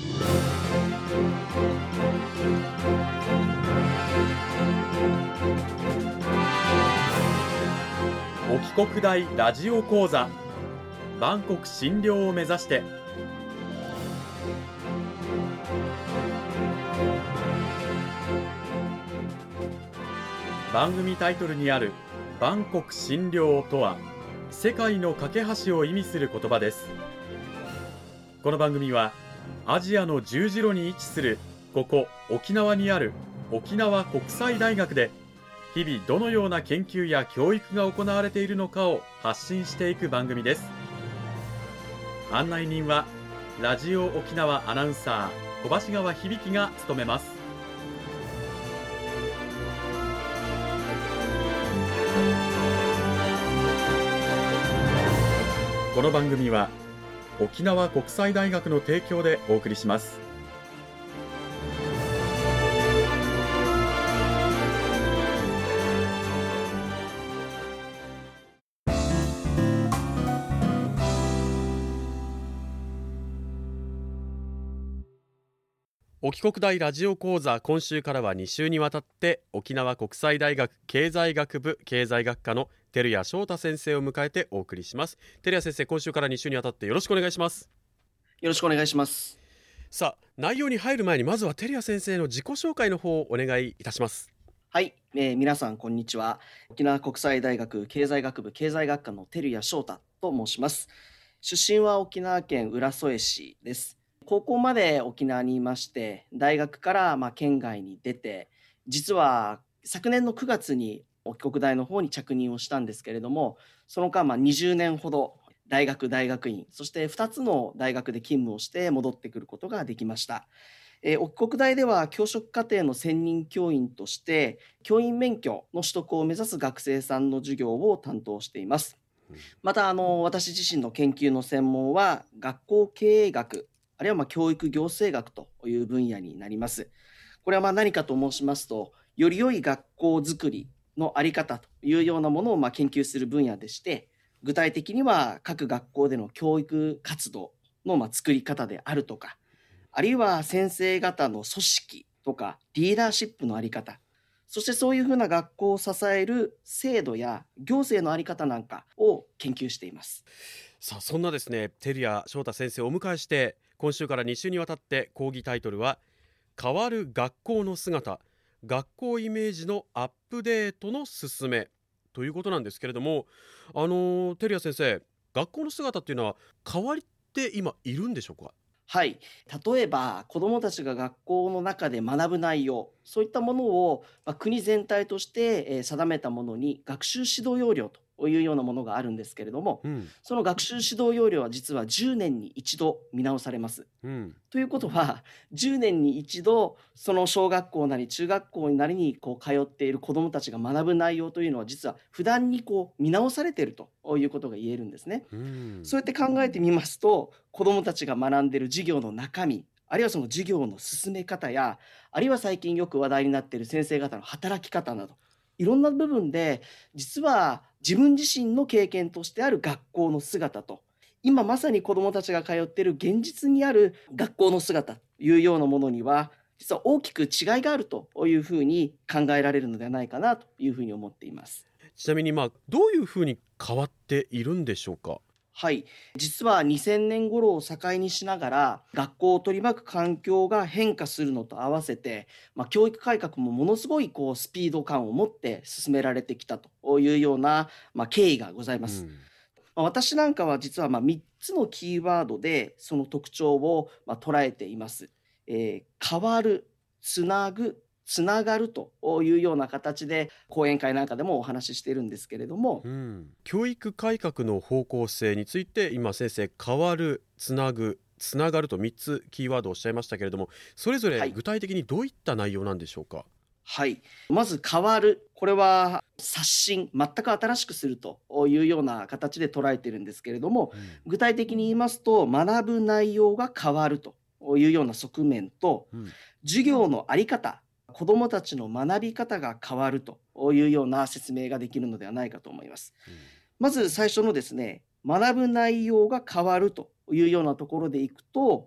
沖国大ラジオ講座、万国診療を目指して。番組タイトルにある万国診療とは、世界の架け橋を意味する言葉です。この番組はアジアの十字路に位置するここ沖縄にある沖縄国際大学で、日々どのような研究や教育が行われているのかを発信していく番組です。案内人はラジオ沖縄アナウンサー小橋川響が務めます。この番組は沖縄国際大学の提供でお送りします。沖国大ラジオ講座、今週からは2週にわたって沖縄国際大学経済学部経済学科の照屋翔太先生を迎えてお送りします。照屋先生、今週から2週にわたってよろしくお願いします。 よろしくお願いします。 さあ、内容に入る前にまずは照屋先生の自己紹介の方をお願いいたします。 はい、皆さんこんにちは。沖縄国際大学経済学部経済学科の照屋翔太と申します。出身は沖縄県浦添市です。高校まで沖縄にいまして、大学から県外に出て、実は昨年の9月に沖国大の方に着任をしたんですけれども、その間20年ほど大学院、そして2つの大学で勤務をして戻ってくることができました。沖国大では教職課程の専任教員として教員免許の取得を目指す学生さんの授業を担当しています。また私自身の研究の専門は学校経営学、あるいは教育行政学という分野になります。これは何かと申しますと、より良い学校づくりのあり方というようなものを研究する分野でして、具体的には各学校での教育活動の作り方であるとか、あるいは先生方の組織とかリーダーシップのあり方、そしてそういうふうな学校を支える制度や行政のあり方なんかを研究しています。 さあ、そんなですね、照屋翔太先生をお迎えして、今週から2週にわたって講義タイトルは変わる学校の姿、学校イメージのアップデートの進めということなんですけれども、照屋先生、学校の姿っていうのは変わって今いるんでしょうか？ はい、例えば子どもたちが学校の中で学ぶ内容、そういったものを、国全体として、定めたものに学習指導要領というようなものがあるんですけれども、その学習指導要領は実は10年に一度見直されます。ということは10年に一度その小学校なり中学校なりに通っている子どもたちが学ぶ内容というのは実は普段に見直されているということが言えるんですね。そうやって考えてみますと、子どもたちが学んでいる授業の中身、あるいはその授業の進め方や、あるいは最近よく話題になっている先生方の働き方など、いろんな部分で実は自分自身の経験としてある学校の姿と、今まさに子どもたちが通っている現実にある学校の姿というようなものには実は大きく違いがあるというふうに考えられるのではないかなというふうに思っています。 ちなみにどういうふうに変わっているんでしょうか？ はい、実は2000年頃を境にしながら学校を取り巻く環境が変化するのと合わせて、教育改革もものすごいスピード感を持って進められてきたというような、経緯がございます。私なんかは実は3つのキーワードでその特徴を捉えています。変わる、つなぐ、つながるというような形で講演会なんかでもお話ししているんですけれども、 教育改革の方向性について今先生、変わる、つなぐ、つながると3つキーワードをおっしゃいましたけれども、それぞれ具体的にどういった内容なんでしょうか？ はい、まず変わる、これは刷新、全く新しくするというような形で捉えているんですけれども、具体的に言いますと学ぶ内容が変わるというような側面と、授業の在り方、子どもたちの学び方が変わるというような説明ができるのではないかと思います。まず最初のですね、学ぶ内容が変わるというようなところでいくと、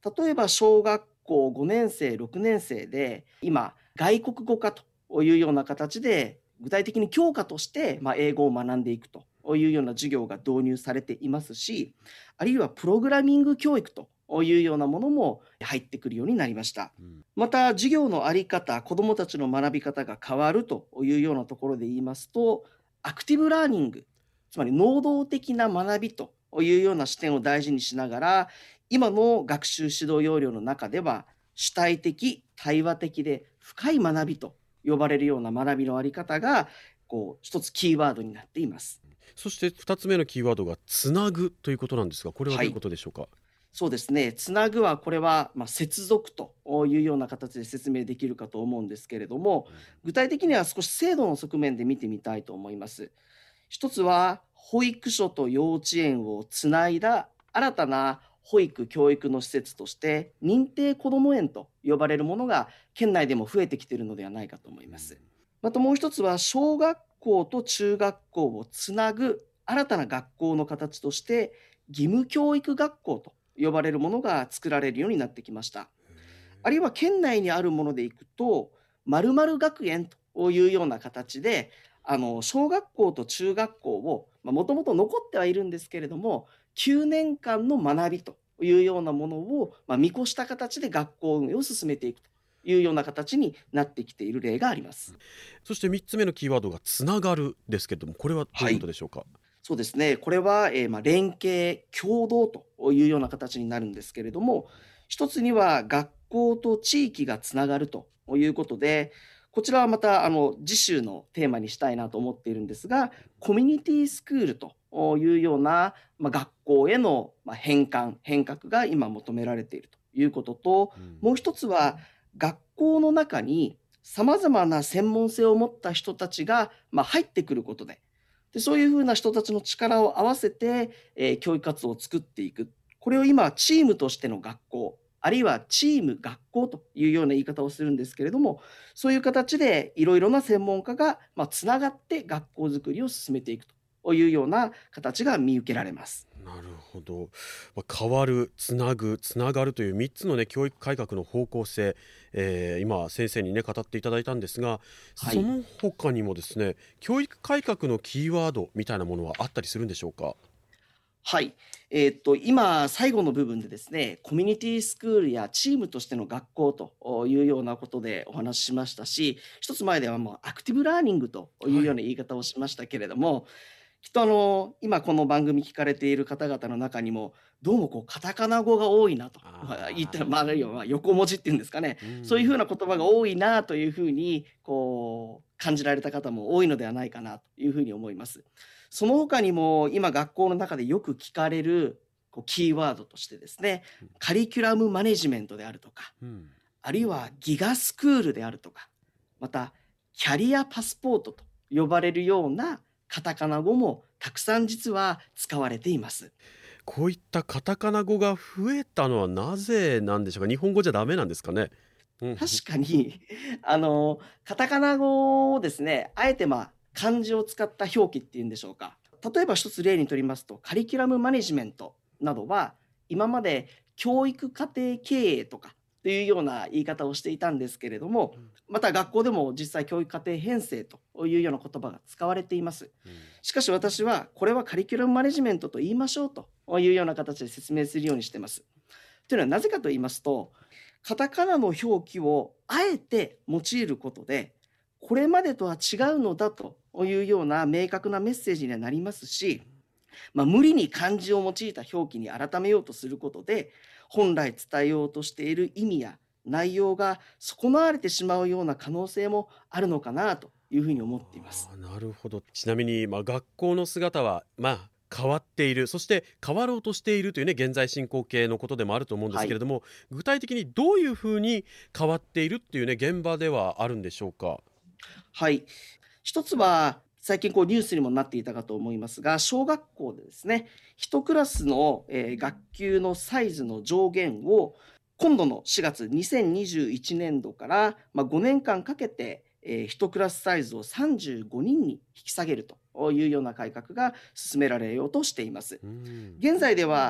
例えば小学校5年生、6年生で今外国語化というような形で具体的に教科として、英語を学んでいくというような授業が導入されていますし、あるいはプログラミング教育というようなものも入ってくるようになりました。また授業のあり方、子どもたちの学び方が変わるというようなところで言いますと、アクティブラーニング、つまり能動的な学びというような視点を大事にしながら、今の学習指導要領の中では主体的、対話的で深い学びと呼ばれるような学びのあり方が一つキーワードになっています。 そして2つ目のキーワードがつなぐということなんですが、これはどういうことでしょうか？ そうですね。つなぐはこれは接続というような形で説明できるかと思うんですけれども、具体的には少し制度の側面で見てみたいと思います。一つは保育所と幼稚園をつないだ新たな保育教育の施設として認定こども園と呼ばれるものが県内でも増えてきているのではないかと思います。またもう一つは小学校と中学校をつなぐ新たな学校の形として義務教育学校と呼ばれるものが作られるようになってきました。あるいは県内にあるものでいくと〇〇学園というような形で小学校と中学校をもともと残ってはいるんですけれども9年間の学びというようなものを見越した形で学校運営を進めていくというような形になってきている例があります。 そして3つ目のキーワードがつながるですけれども、これはどういうことでしょうか？ そうですね。これは、連携、共同というような形になるんですけれども、一つには学校と地域がつながるということで、こちらはまた次週のテーマにしたいなと思っているんですが、コミュニティスクールというような、学校への変革が今求められているということと、もう一つは学校の中にさまざまな専門性を持った人たちが入ってくることで、そういうふうな人たちの力を合わせて、教育活動を作っていく。これを今チームとしての学校、あるいはチーム学校というような言い方をするんですけれども、そういう形でいろいろな専門家がつながって学校づくりを進めていくというような形が見受けられます。 なるほど。変わる、つなぐ、つながるという3つの教育改革の方向性、今先生に語っていただいたんですが、その他にもですね、教育改革のキーワードみたいなものはあったりするんでしょうか？ はい。今、最後の部分でですね、コミュニティスクールやチームとしての学校というようなことでお話ししましたし、一つ前ではアクティブラーニングというような言い方をしましたけれども、きっと今この番組聞かれている方々の中にも、どうもカタカナ語が多いなと、言ったら、あるいは横文字っていうんですかね、そういうふうな言葉が多いなというふうに感じられた方も多いのではないかなというふうに思います。その他にも今学校の中でよく聞かれるキーワードとしてですね、カリキュラムマネジメントであるとか、あるいはギガスクールであるとか、またキャリアパスポートと呼ばれるようなカタカナ語もたくさん実は使われています。 こういったカタカナ語が増えたのはなぜなんでしょうか？日本語じゃダメなんですかね？ 確かにカタカナ語をですね、あえて漢字を使った表記っていうんでしょうか。例えば一つ例にとりますと、カリキュラムマネジメントなどは今まで教育課程経営とかというような言い方をしていたんですけれども、また学校でも実際教育課程編成というような言葉が使われています。しかし私はこれはカリキュラムマネジメントと言いましょうというような形で説明するようにしています。というのはなぜかと言いますと、カタカナの表記をあえて用いることで、これまでとは違うのだというような明確なメッセージにはなりますし、無理に漢字を用いた表記に改めようとすることで、本来伝えようとしている意味や内容が損なわれてしまうような可能性もあるのかなというふうに思っています。 なるほど。ちなみに、学校の姿は変わっている、そして変わろうとしているという現在進行形のことでもあると思うんですけれども、具体的にどういうふうに変わっているっていう現場ではあるんでしょうか？ はい。一つは最近ニュースにもなっていたかと思いますが、小学校でですね、1クラスの、学級のサイズの上限を今度の4月2021年度から、5年間かけて、1クラスサイズを35人に引き下げるというような改革が進められようとしています。現在では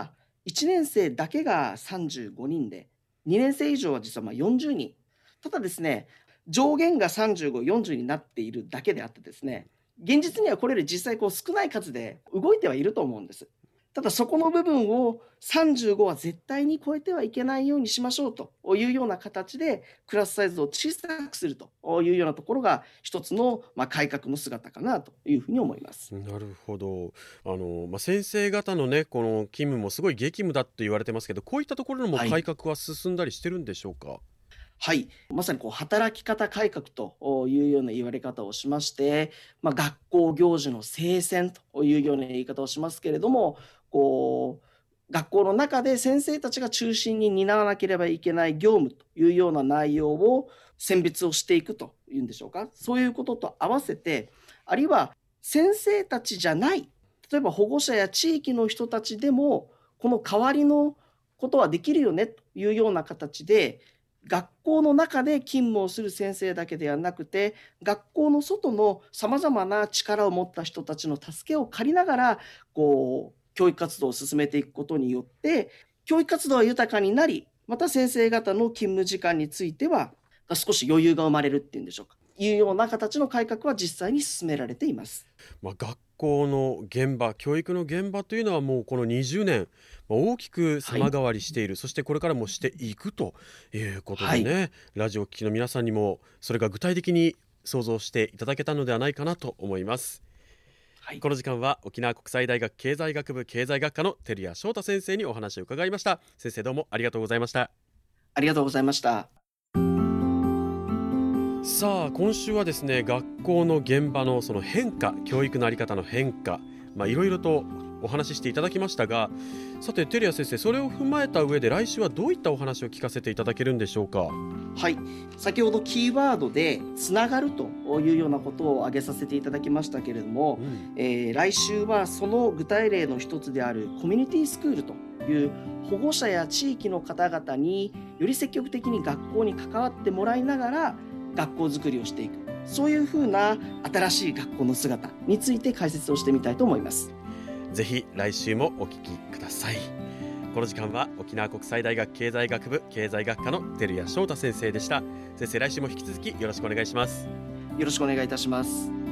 1年生だけが35人で、2年生以上は実は40人。ただですね、上限が35、40になっているだけであってですね、現実にはこれより実際少ない数で動いてはいると思うんです。ただそこの部分を35は絶対に超えてはいけないようにしましょうというような形でクラスサイズを小さくするというようなところが一つの改革の姿かなというふうに思います。 なるほど。先生方のねこの勤務もすごい激務だと言われてますけど、こういったところのも改革は進んだりしてるんでしょうか？ はい、まさに働き方改革というような言われ方をしまして、学校行事の聖戦というような言い方をしますけれども、学校の中で先生たちが中心に担わなければいけない業務というような内容を選別をしていくというんでしょうか。そういうことと合わせて、あるいは先生たちじゃない、例えば保護者や地域の人たちでもこの代わりのことはできるよねというような形で、学校の中で勤務をする先生だけではなくて、学校の外のさまざまな力を持った人たちの助けを借りながら教育活動を進めていくことによって、教育活動は豊かになり、また先生方の勤務時間については少し余裕が生まれるっていうんでしょうか、いうような形の改革は実際に進められています。 学校の現場、教育の現場というのはもうこの20年大きく様変わりしている、そしてこれからもしていくということでね、ラジオを聴きの皆さんにもそれが具体的に想像していただけたのではないかなと思います。この時間は沖縄国際大学経済学部経済学科の照屋翔太先生にお話を伺いました。先生どうもありがとうございました。 ありがとうございました。 さあ今週はですね、学校の現場のその変化、教育のあり方の変化、いろいろとお話ししていただきましたが、さて照屋先生、それを踏まえた上で来週はどういったお話を聞かせていただけるんでしょうか？ はい、先ほどキーワードでつながるというようなことを挙げさせていただきましたけれども、来週はその具体例の一つであるコミュニティスクールという保護者や地域の方々により積極的に学校に関わってもらいながら学校づくりをしていく、そういうふうな新しい学校の姿について解説をしてみたいと思います。 ぜひ来週もお聞きください。この時間は沖縄国際大学経済学部経済学科の照屋翔太先生でした。先生、来週も引き続きよろしくお願いします。 よろしくお願いいたします。